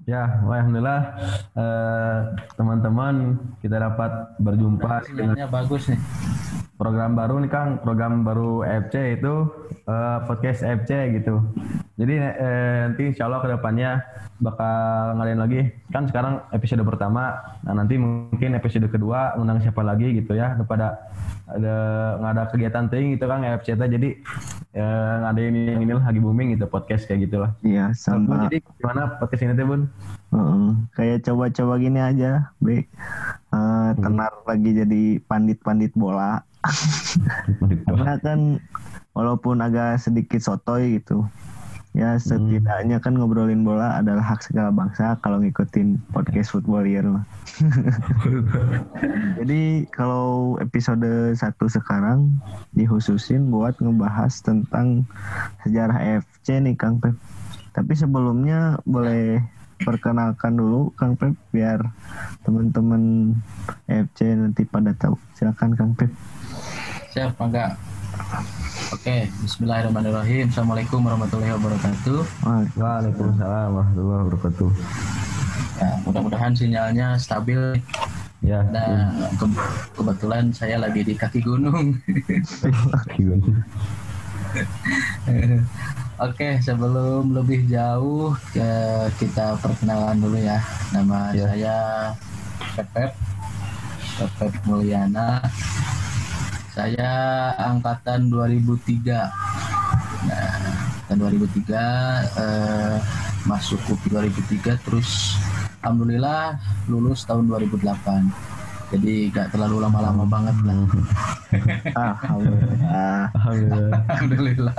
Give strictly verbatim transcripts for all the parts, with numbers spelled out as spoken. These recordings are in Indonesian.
Ya, wah, alhamdulillah eh, teman-teman kita dapat berjumpa Nah, sinyalnya bagus nih. program baru nih Kang, program baru F C itu eh, podcast F C gitu. Jadi eh, nanti insya Allah kedepannya bakal ngadain lagi. Kan sekarang episode pertama, nah nanti mungkin episode kedua undang siapa lagi gitu ya. Kepada ada nggak ada kegiatan ting gitu Kang F C teh. Jadi eh, ngadain yang ini lagi booming gitu podcast kayak gitulah. Iya, Nah, Bun, sama jadi gimana podcast ini teh Bun? heeh, kayak coba-coba gini aja, Be. Eh, Hmm. tenar lagi jadi pandit-pandit bola. Karena kan walaupun agak sedikit sotoy gitu, ya setidaknya kan ngobrolin bola adalah hak segala bangsa kalau ngikutin podcast Footballier mah. Jadi kalau episode satu sekarang dihususin buat ngebahas tentang sejarah F C nih Kang Pep. Tapi sebelumnya boleh perkenalkan dulu Kang Pep biar teman-teman F C nanti pada tahu. Silakan Kang Pep. Siap, Mangga. Oke, bismillahirrahmanirrahim. Assalamualaikum warahmatullahi wabarakatuh. Wah, Waalaikumsalam warahmatullahi wabarakatuh. Ya, mudah-mudahan sinyalnya stabil. Ya, Nah, ke- kebetulan saya lagi di kaki gunung. Oke, sebelum lebih jauh ke kita perkenalan dulu ya. Nama Ya. saya Pepep, Pepep Mulyana. Saya angkatan dua ribu tiga. Nah, angkatan dua ribu tiga eh, masuk U P I dua ribu tiga, terus alhamdulillah lulus tahun dua ribu delapan. Jadi gak terlalu lama-lama banget lah. alhamdulillah. Alhamdulillah. Alhamdulillah.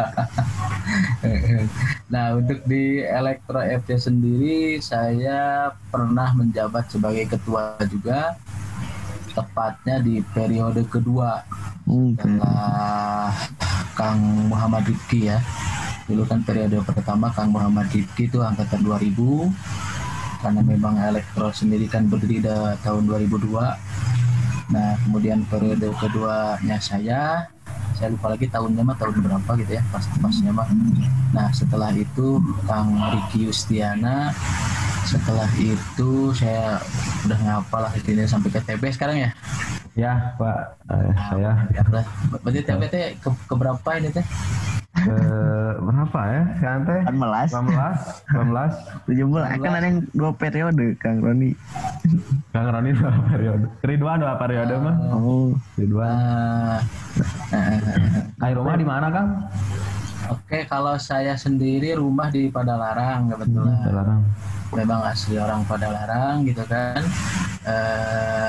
Nah, untuk di Elektro F C sendiri saya pernah menjabat sebagai ketua juga, tepatnya di periode kedua Hmm, setelah Kang Muhammad Rifki ya. Dulu kan periode pertama Kang Muhammad Rifki itu angkatan dua ribu, karena memang Elektro sendiri kan berdiri dari tahun dua ribu dua. Nah, kemudian periode keduanya saya saya lupa lagi tahunnya mah tahun berapa gitu ya, pas-pasnya mah. Nah, setelah itu Kang Riki Yustiana, setelah itu saya udah ngapal lah ini sampai ke T B sekarang ya. Ya, Pak, eh, saya Ya, udah. Berarti T B teh ke, ke berapa ini teh? ke berapa ya? Sekarang teh delapan belas, delapan belas, delapan belas. tujuh belas. Kan ada yang dua periode Kang Roni. Kang Roni dua periode. Ridwan dua periode mah. Oh, Ridwan. Nah, Air rumah di mana, Kang? oke, kalau saya sendiri rumah di Padalarang kebetulan. Selarang. Memang asli orang Padalarang gitu kan. Eh,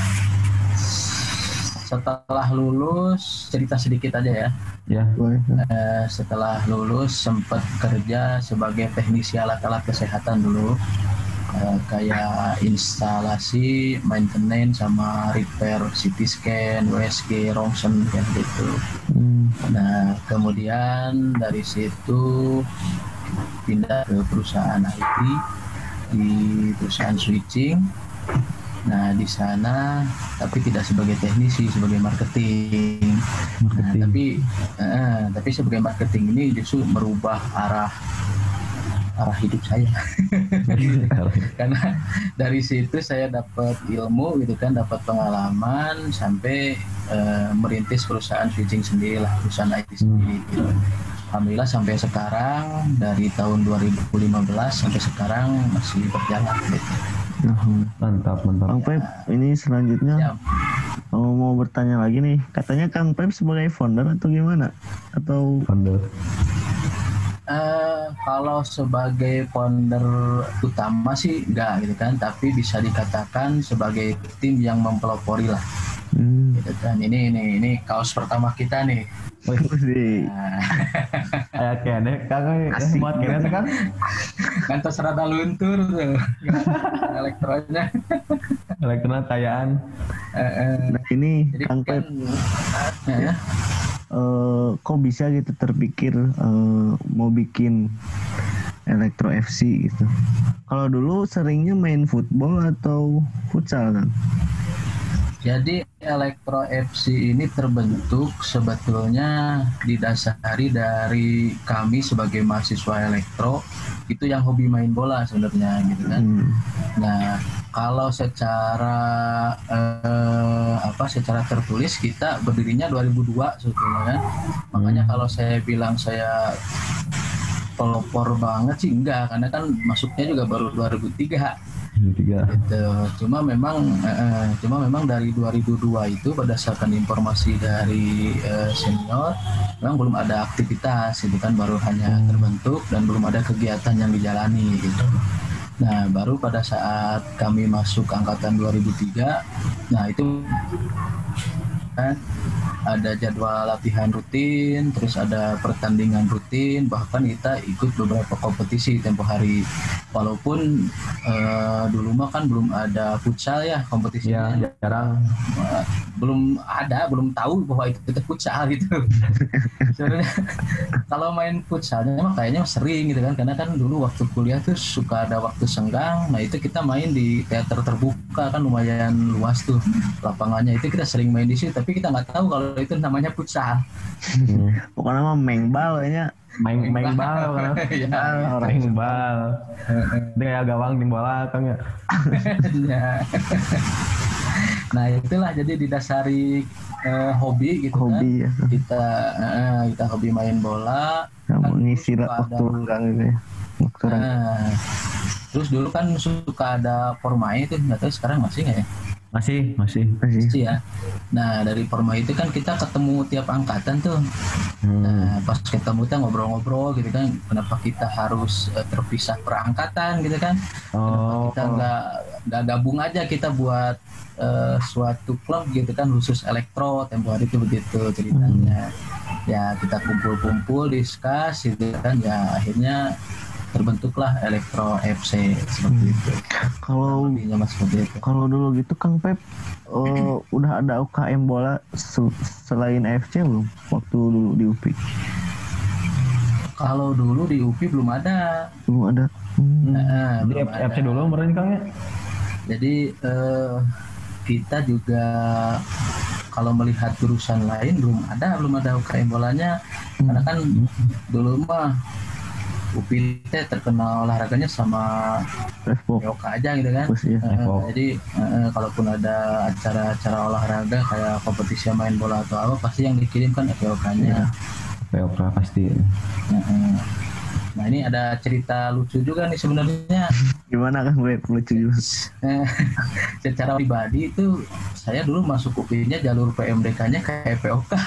setelah lulus, cerita sedikit aja ya. Ya. boleh. Eh, setelah lulus sempat kerja sebagai teknisi alat-alat kesehatan dulu. Eh, kayak instalasi, maintenance sama repair C T scan, U S G, rongsen kayak gitu. Hmm, Nah, kemudian dari situ pindah ke perusahaan I T, di perusahaan switching. Nah, di sana tapi tidak sebagai teknisi, sebagai marketing. Nah, Marketing. tapi eh, tapi sebagai marketing ini justru merubah arah arah hidup saya. Karena dari situ saya dapat ilmu gitu kan, dapat pengalaman sampai eh, merintis perusahaan switching sendiri lah, perusahaan I T sendiri gitu. Alhamdulillah sampai sekarang, dari tahun dua ribu lima belas sampai sekarang masih berjalan gitu. nah, Mantap, mantap. Kang Pep, ini selanjutnya Ya, mau mau bertanya lagi nih. Katanya Kang Pep sebagai founder atau gimana? Atau Founder. eh, kalau sebagai founder utama sih enggak gitu kan, tapi bisa dikatakan sebagai tim yang mempelopori lah hmm, gitu kan. Ini ini ini kaos pertama kita nih. sih. Nah, Aya kene, Kang, eh Asik. buat kene teh, Kang. kan terserah luntur tuh elektronya. Elektronik tayaan. Eh, eh, Nah ini jadi Kang kan Pep, ya, eh, kok bisa gitu terpikir eh, mau bikin Elektro F C gitu? Kalau dulu seringnya main football atau futsal kan? jadi Elektro F C ini terbentuk sebetulnya didasari dari kami sebagai mahasiswa elektro itu yang hobi main bola sebenarnya gitu kan. Hmm. Nah, kalau secara eh, apa secara tertulis kita berdirinya dua ribu dua sebetulnya kan. Makanya hmm. kalau saya bilang saya pelopor banget sih enggak, karena kan masuknya juga baru dua ribu tiga. Tiga. Gitu. Cuma memang eh, cuma memang dari dua ribu dua itu berdasarkan informasi dari eh, senior memang belum ada aktivitas itu kan, baru hanya terbentuk dan belum ada kegiatan yang dijalani gitu. Nah, baru pada saat kami masuk angkatan dua ribu tiga, nah itu kan ada jadwal latihan rutin, terus ada pertandingan rutin, bahkan kita ikut beberapa kompetisi tempo hari. Walaupun uh, dulu mah kan belum ada futsal ya kompetisinya. Ya, jarang. Uh, belum ada, belum tahu bahwa itu itu futsal gitu. Sebenarnya kalau main futsalnya mah kayaknya sering gitu kan, karena kan dulu waktu kuliah tuh suka ada waktu senggang. Nah itu kita main di teater terbuka kan lumayan luas tuh lapangannya, itu kita sering main di situ. Tapi kita nggak tahu kalau itu namanya futsal. Hmm. Pokoknya mah mengbal kayaknya. Main main bal kan. Ya, main bal. Dia gawang di bola kan ya. Nah, itulah jadi didasari uh, hobi gitu hobi, kan. Ya. Kita uh, kita hobi main bola, ya, kan mengisi waktu renggang gitu ya. Waktu renggang. Uh, terus dulu kan suka ada Formai itu, nggak tahu sekarang masih nggak ya? Masih, masih. Masih ya. Nah, dari Forma itu kan kita ketemu tiap angkatan tuh. Hmm. Nah, pas ketemu kita ngobrol-ngobrol gitu kan, kenapa kita harus uh, terpisah per angkatan gitu kan. Oh. Kenapa kita nggak nggak gabung aja kita buat uh, suatu klub gitu kan, khusus elektro, tempo hari itu begitu ceritanya. Hmm. Ya, kita kumpul-kumpul, diskus gitu kan, ya akhirnya terbentuklah Elektro F C seperti hmm. itu. Kalau kalau dulu gitu Kang Pep uh, udah ada U K M bola se- selain F C belum waktu dulu di U P I? Kalau dulu di U P I belum ada. Belum ada. Hmm. Nah, jadi belum F C ada. Dulu kemarin Kang ya. Jadi uh, kita juga kalau melihat jurusan lain belum ada belum ada U K M bolanya, hmm. karena kan dulu mah U P I terkenal olahraganya sama P O K aja gitu kan. Iya, uh, jadi uh, kalaupun ada acara-acara olahraga kayak kompetisi main bola atau apa, pasti yang dikirimkan P O K-nya. P O K pasti. Uh, nah ini ada cerita lucu juga nih sebenarnya. Gimana kan gue lucu juga? Secara pribadi itu saya dulu masuk U P I-nya jalur P M D K-nya kayak P O K.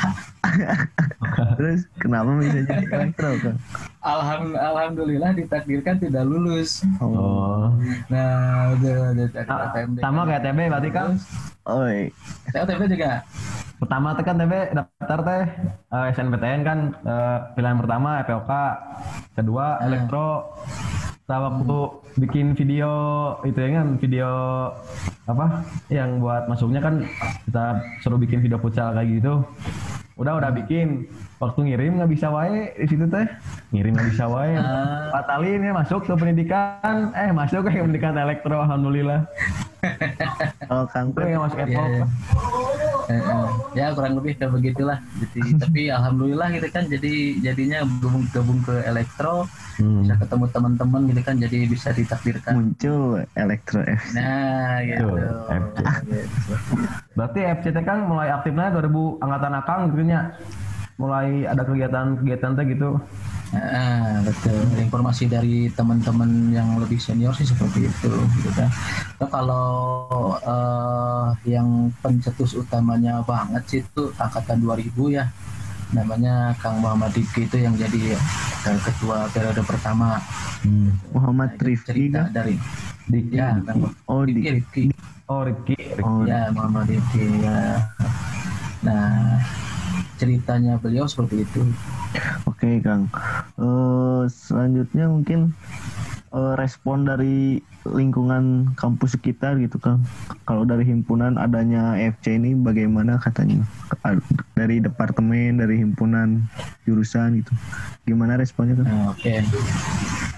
Terus kenapa bisa jadi elektro kan? Alham, alhamdulillah ditakdirkan tidak lulus. Oh. Nah, udah udah ah, sama kayak T B berarti kan? Oi. Saya T B juga. Pertama teh kan T B daftar teh uh, S N B T N kan uh, pilihan pertama P O K, kedua uh. elektro. Setelah waktu hmm. bikin video itu ya kan, video apa yang buat masuknya kan kita suruh bikin video futsal kayak gitu. Udah udah bikin, waktu ngirim nggak bisa wae di situ teh, ngirim nggak bisa wae. Uh. Batalin ya masuk ke pendidikan, eh masuk ke pendidikan elektro, alhamdulillah. Oh Kang Pep yang masuk Apple. Yeah. Uh, uh, ya kurang lebih kayak begitulah. Jadi tapi alhamdulillah gitu kan, jadi jadinya gabung gabung ke elektro, hmm. bisa ketemu teman-teman gitu kan, jadi bisa ditakdirkan muncul Elektro F C. Nah gitu. F C. gitu. Berarti F C T kan mulai aktifnya dua ribu angkatan Akang gitu nya. Mulai ada kegiatan-kegiatan teh gitu. Ah, betul. Informasi dari teman-teman yang lebih senior sih seperti itu gitu kan. Nah, kalau uh, yang pencetus utamanya banget sih itu angkatan dua ribu ya. Namanya Kang Muhammad Diki itu yang jadi uh, ketua periode pertama. Hmm. Muhammad nah, Rifki kan? Dari Diki. Ya, Kang Oh, Diki. Rifki. Oh, Rifki. Oh, ya, Muhammad Diki ya. Nah, ceritanya beliau seperti itu. Oke Kang, uh, selanjutnya mungkin uh, respon dari lingkungan kampus sekitar gitu Kang. Kalau dari himpunan adanya F C ini bagaimana katanya? Dari departemen, dari himpunan, jurusan gitu. Gimana responnya Kang? Nah, Oke. Okay.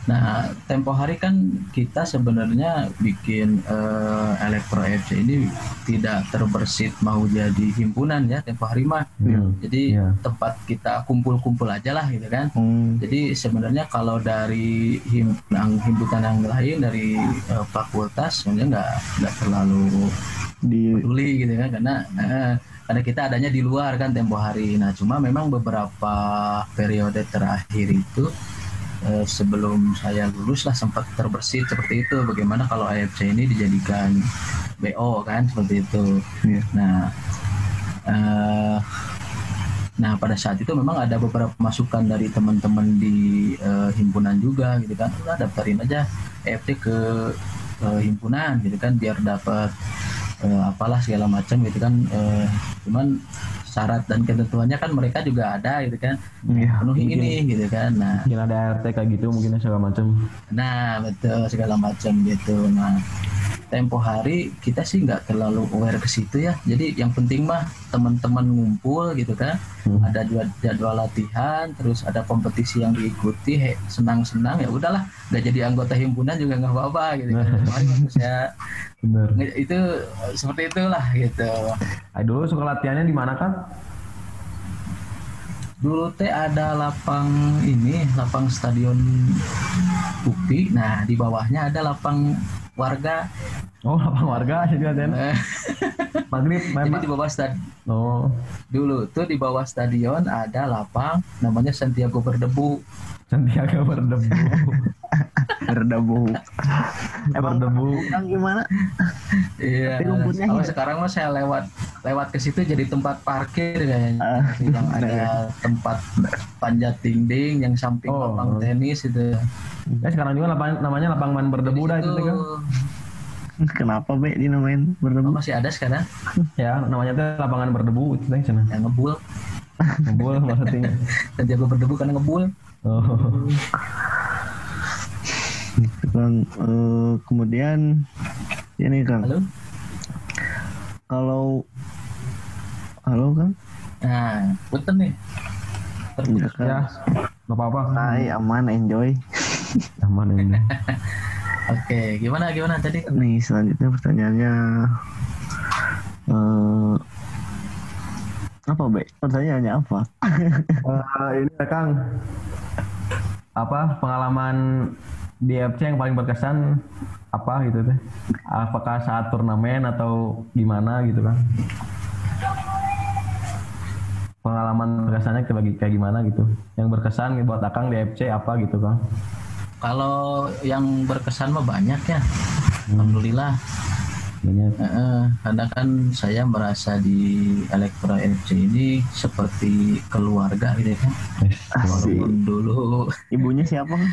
Nah, tempo hari kan kita sebenarnya bikin uh, Elektro F C ini tidak terbersit mau jadi himpunan ya tempo hari mah. Hmm. Jadi Yeah. tempat kita kumpul-kumpul aja lah gitu kan. Hmm. Jadi sebenarnya kalau dari himpunan himpunan yang lain dari uh, fakultas sebenarnya nggak nggak terlalu Di peduli gitu kan karena uh, karena kita adanya di luar kan tempo hari. Nah, cuma memang beberapa periode terakhir itu Eh, sebelum saya lulus lah sempat terbersit seperti itu. Bagaimana kalau A F C ini dijadikan B O kan seperti itu. Iya. Nah, eh, nah pada saat itu memang ada beberapa masukan dari teman-teman di eh, himpunan juga gitu kan. Udah daftarin aja A F C ke eh, himpunan gitu kan biar dapat eh, apalah segala macam gitu kan. Eh, cuman syarat dan ketentuannya kan mereka juga ada gitu kan. Iya. Penuhi Mungkin- ini gitu kan. Nah, Mungkin ada A R T kayak gitu mungkin segala macam. Nah betul segala macam gitu. Nah tempo hari kita sih nggak terlalu aware ke situ ya. Jadi yang penting mah teman-teman ngumpul gitu kan. Hmm. Ada jadwal, jadwal latihan, terus ada kompetisi yang diikuti, he, senang-senang ya udahlah. Nggak jadi anggota himpunan juga nggak apa-apa gitu kan. Kemarin waktu saya Bener. nge- itu eh, seperti itulah gitu. Ah, dulu suka latihannya di mana kan? Dulu teh ada lapang ini, lapang stadion Upi. Nah di bawahnya ada lapang warga. Oh, lapang warga jadi latihan. Eh, Maghrib Jadi memang. di bawah stad Oh, dulu tuh di bawah stadion ada lapang namanya Santiago Berdebu. Santiago berdebu. berdebu. Emang berdebu. Yang gimana? Iya. Tapi rumputnya Kalau hijau. sekarang mah saya lewat lewat ke situ jadi tempat parkir kayaknya. Ah, yang benar ya. ada tempat panjat dinding yang samping Oh. lapang tenis itu. Ya sekarang juga lapang, namanya lapang main berdebu dah itu kan. Kenapa be dinamain Oh, berdebu? masih ada sekarang Ya, namanya tuh lapangan berdebu itu teh sana. yang ngebul. Ngebul maksudnya. Santiago Berdebu karena ngebul. Oh. Kang, eh, kemudian ini Kang, Halo. kalau halo Kang, Nah, punten nih. ya Terputus. Kang, Ya, nggak apa-apa. hai aman enjoy. Aman ini. Oke, gimana gimana tadi? Nih selanjutnya pertanyaannya eh apa be? Pertanyaannya apa? Eh, ini ya Kang, apa pengalaman di F C yang paling berkesan apa gitu teh? Apakah saat turnamen atau gimana gitu kan? Pengalaman berkesannya kayak kayak gimana gitu? Yang berkesan buat Akang di F C apa gitu Kang? Kalau yang berkesan mah banyak ya. Alhamdulillah. Banyak. Eh, karena kan saya merasa di Elektro F C ini seperti keluarga gitu kan. Asik. Walaupun dulu Ibunya siapa? Kang?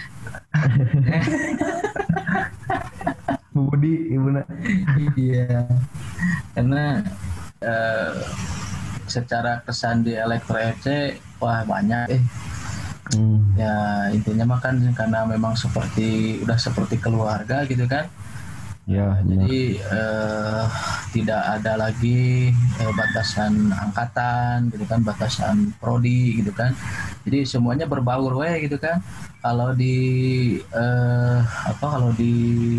Bu Budi, Ibu iya. Karena eh, secara kesan di Elektro F C wah banyak eh Hmm. ya intinya mah kan karena memang seperti udah seperti keluarga gitu kan. Ya, benar. Jadi eh, tidak ada lagi eh, batasan angkatan gitu kan, batasan prodi gitu kan. Jadi semuanya berbaur we gitu kan. Kalau di eh, apa kalau di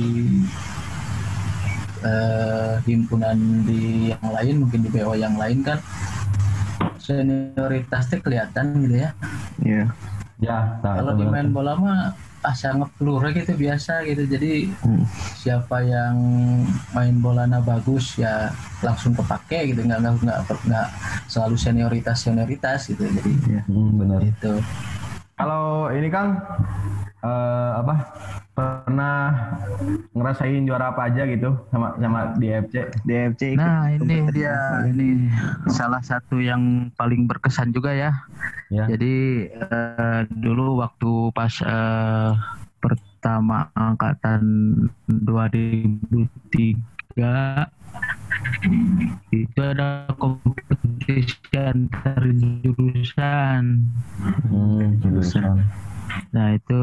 eh, himpunan di yang lain mungkin di B O yang lain kan senioritasnya kelihatan gitu ya. Iya. Ya, nah, Kalau itu di benar. main bola mah asa ngeplur gitu biasa gitu. Jadi Hmm. siapa yang main bolanya bagus ya langsung kepake gitu, nggak nggak nggak nggak selalu senioritas senioritas gitu. Jadi Hmm, benar. itu Kalau ini Kang, eh, apa pernah ngerasain juara apa aja gitu sama sama di F C? Di F C ikut nah ini kompetisi dia apa? ini salah satu yang paling berkesan juga ya. Ya. Jadi eh, dulu waktu pas eh, pertama angkatan dua ribu tiga itu ada kompetisi antar jurusan. Hmm, jurusan. Nah itu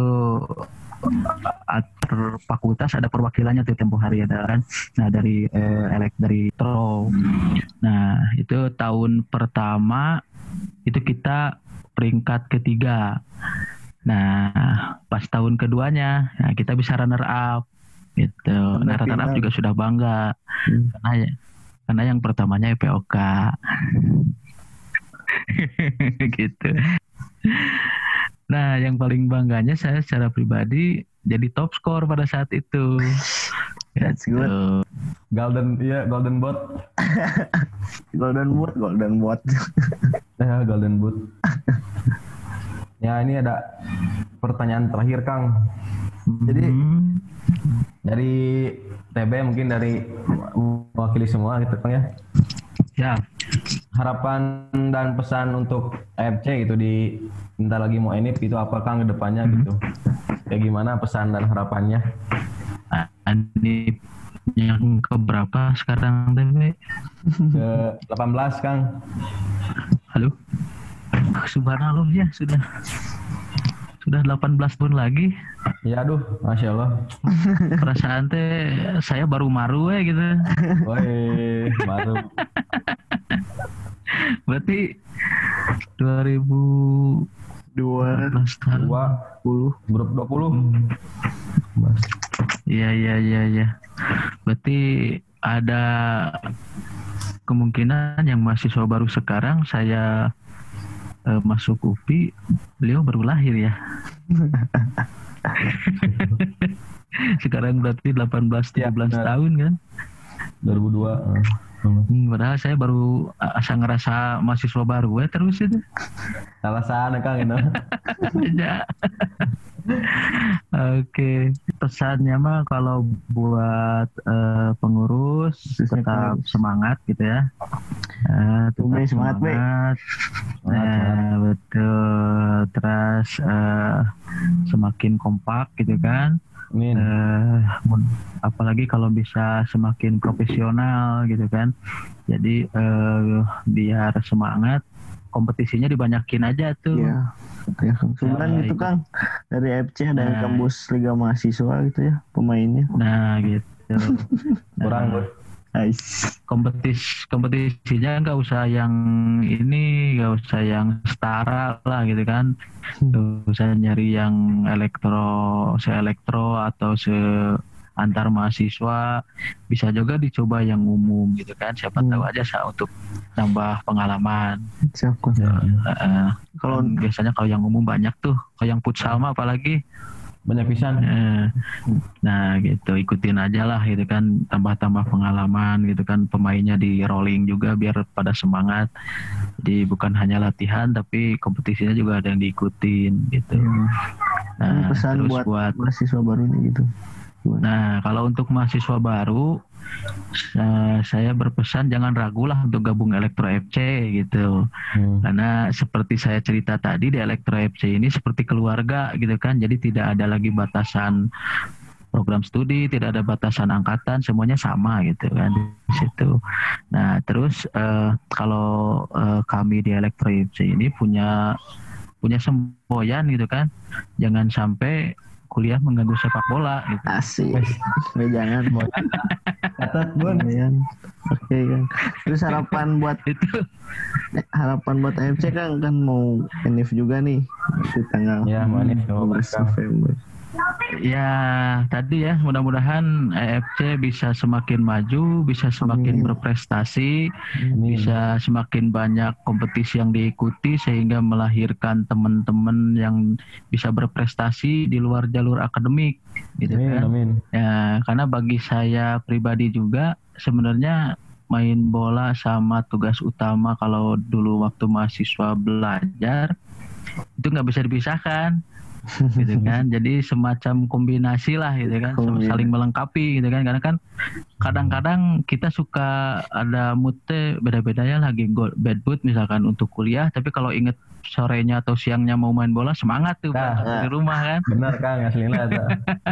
antar fakultas ada perwakilannya tuh tempo hari ada kan. Nah dari eh, elek dari Tro. Nah itu tahun pertama itu kita peringkat ketiga. Nah pas tahun keduanya nah, kita bisa runner up gitu. Nah, runner up juga sudah bangga hmm. karena ya, karena yang pertamanya E P O K gitu. Nah, yang paling bangganya saya secara pribadi jadi top score pada saat itu. That's good. Golden, iya, golden boot. golden boot, golden boot. Ya, golden boot. Ya, ini ada pertanyaan terakhir, Kang. Jadi hmm. dari T B mungkin dari mewakili semua gitu, Kang ya. Ya. Harapan dan pesan untuk A F C gitu di bentar lagi mau Enif itu apa Kang ke depannya hmm. gitu. Kayak gimana pesan dan harapannya? Enif yang keberapa sekarang T B? Ke delapan belas Kang. Halo. Subhanallah ya sudah. Sudah delapan belas tahun lagi. Ya aduh, Masya Allah. Perasaan teh saya baru maru ya gitu. Woi, baru. Berarti dua ribu dua belas tahun. dua puluh. Iya, iya, iya, iya. Berarti ada kemungkinan yang mahasiswa baru sekarang saya uh, masuk U P I, beliau baru lahir ya. Sekarang berarti delapan belas tujuh belas ya, tahun kan? dua ribu dua. Hmm, padahal saya baru asa ngerasa mahasiswa baru ya terus itu. Salah sana Kang itu. Ya. Oke, pesannya mah kalau buat uh, pengurus tetap semangat gitu ya. Uh, tetap semangat. semangat. Nah, betul. Terus uh, semakin kompak gitu kan. Amin. Uh, apalagi kalau bisa semakin profesional gitu kan. Jadi uh, biar semangat, kompetisinya dibanyakin aja tuh. Iya. Ya, sebenarnya nah, gitu Kang. Dari F C dari nah, kampus Liga Mahasiswa gitu ya pemainnya. Nah gitu. Kurang nah, nice. Kompetis kompetisinya nggak usah yang ini, nggak usah yang setara lah gitu kan. Nggak usah nyari yang elektro, se elektro atau se antar mahasiswa, bisa juga dicoba yang umum gitu kan, siapa hmm. tahu aja sah untuk nambah pengalaman. Siapa? Ya, uh, kalau kan biasanya kalau yang umum banyak tuh, kalau yang futsal mah apalagi banyak pisan. Uh, nah gitu, ikutin aja lah gitu kan, tambah-tambah pengalaman gitu kan, pemainnya di rolling juga biar pada semangat. Jadi bukan hanya latihan tapi kompetisinya juga ada yang diikutin gitu. Hmm. Nah, pesan buat, buat mahasiswa barunya gitu. Nah, kalau untuk mahasiswa baru, uh, saya berpesan jangan ragu lah untuk gabung Elektro F C gitu. Hmm. Karena seperti saya cerita tadi di Elektro F C ini seperti keluarga gitu kan. Jadi tidak ada lagi batasan program studi, tidak ada batasan angkatan, semuanya sama gitu kan di situ. Nah, terus uh, kalau uh, kami di Elektro F C ini punya punya semboyan gitu kan. Jangan sampai kuliah mengganggu sepak bola gitu. Asik. Nggak jangan. Catat Bun. Oke kan. Terus harapan buat itu harapan buat A F C kan kan mau Enif juga nih di tanggal ya, mau Enif November. Ya tadi ya mudah-mudahan A F C bisa semakin maju, bisa semakin Amin. berprestasi, Amin. bisa semakin banyak kompetisi yang diikuti sehingga melahirkan teman-teman yang bisa berprestasi di luar jalur akademik, gitu Amin. kan? Amin. Ya karena bagi saya pribadi juga sebenarnya main bola sama tugas utama kalau dulu waktu mahasiswa belajar itu nggak bisa dipisahkan. Gitu kan, jadi semacam kombinasi lah gitu kan, Kombinasi. saling melengkapi gitu kan, karena kan kadang-kadang kita suka ada moodnya beda-beda ya, lagi bad mood misalkan untuk kuliah, tapi kalau inget sorenya atau siangnya mau main bola semangat tuh nah, nah. di rumah kan. Benar Kang, aslinya ada.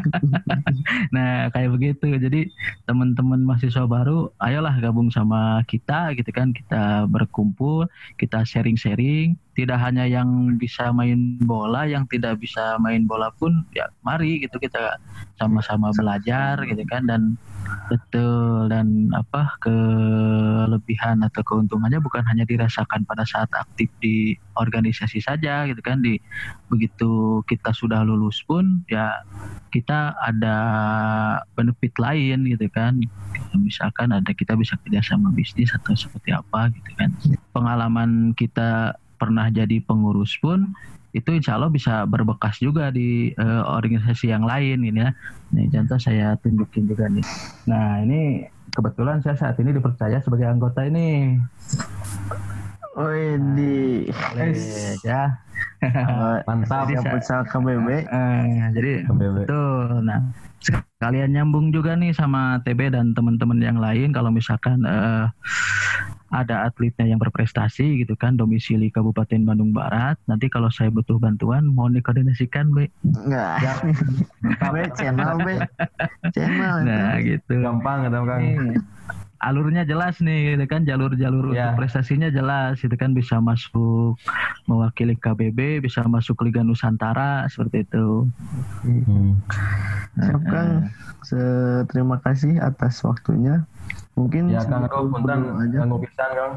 Nah kayak begitu, jadi teman-teman mahasiswa baru, ayolah gabung sama kita gitu kan, kita berkumpul, kita sharing-sharing. tidak hanya yang bisa main bola, yang tidak bisa main bola pun ya mari gitu kita sama-sama belajar gitu kan. Dan betul, dan apa kelebihan atau keuntungannya bukan hanya dirasakan pada saat aktif di organisasi saja gitu kan. Di begitu kita sudah lulus pun ya kita ada benefit lain gitu kan. Misalkan ada kita bisa kerja sama bisnis atau seperti apa gitu kan. Pengalaman kita pernah jadi pengurus pun itu insya Allah bisa berbekas juga di uh, organisasi yang lain ini ya. Nih contoh saya tunjukin juga nih. Nah ini kebetulan saya saat ini dipercaya sebagai anggota ini. Wih di ya. Mantap. Siap futsal K B B. Uh, jadi K B B. betul. Nah sekalian nyambung juga nih sama T B dan teman-teman yang lain. Kalau misalkan uh, ada atletnya yang berprestasi gitu kan, domisili Kabupaten Bandung Barat, nanti kalau saya butuh bantuan mohon dikoordinasikan B. Enggak. Ya. B channel B. Channel. Nah itu. gitu. Gampang gitu Kang. Nih, alurnya jelas nih gitu kan, jalur-jalur Ya. untuk prestasinya jelas gitu kan, bisa masuk mewakili K B B, bisa masuk Liga Nusantara seperti itu. Hmm. Siap Kang. Se- terima kasih atas waktunya. Mungkin Ya Kang, Ro, punten aja. ganggu pisan Kang.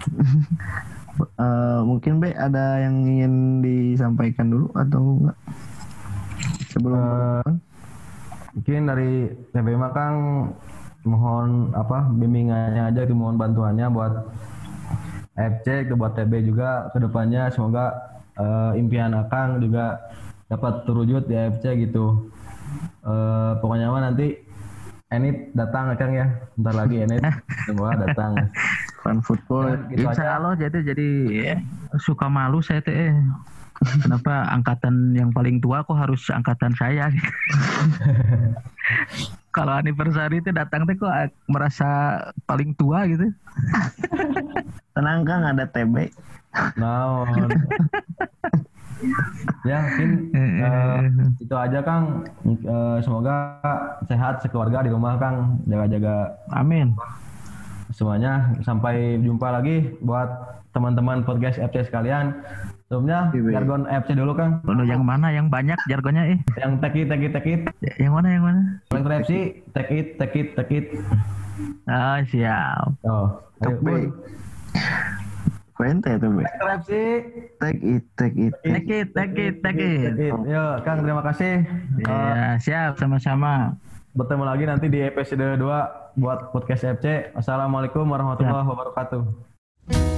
Uh, mungkin B ada yang ingin disampaikan dulu atau enggak? Sebelum Uh, mungkin dari T B mah Kang mohon apa bimbingannya aja, itu mohon bantuannya buat F C, itu buat T B juga kedepannya, semoga uh, impian Akang juga dapat terwujud di F C gitu. Uh, pokoknya mah nanti Enit datang Kang ya, bentar lagi Enit semoga datang. Fun football. Ya, gitu Insya aja. Allah jadi jadi ya, suka malu saya teh. Kenapa angkatan yang paling tua kok harus angkatan saya? Kalau anniversary itu datang teh kok merasa paling tua gitu. Tenang Kang, ada T B. Naon. Ya mungkin uh, itu aja Kang. Uh, semoga sehat sekeluarga di rumah Kang, jaga-jaga Amin. semuanya. Sampai jumpa lagi buat teman-teman podcast F C sekalian. Sebelumnya jargon F C dulu Kang. Udah yang mana yang banyak jargonnya eh? Yang take it, take it, take it. Yang mana yang mana? Elektro F C, take it, take it, take it. Ah siap. Oh, ayo B. Bun. Kuente itu B. Elektro F C. Take it, take it. Take it, take it, take it. Take it. Yo, Kang, terima kasih. Uh, Ya siap, sama-sama. bertemu lagi nanti di episode dua buat podcast F C. Assalamualaikum warahmatullahi wabarakatuh.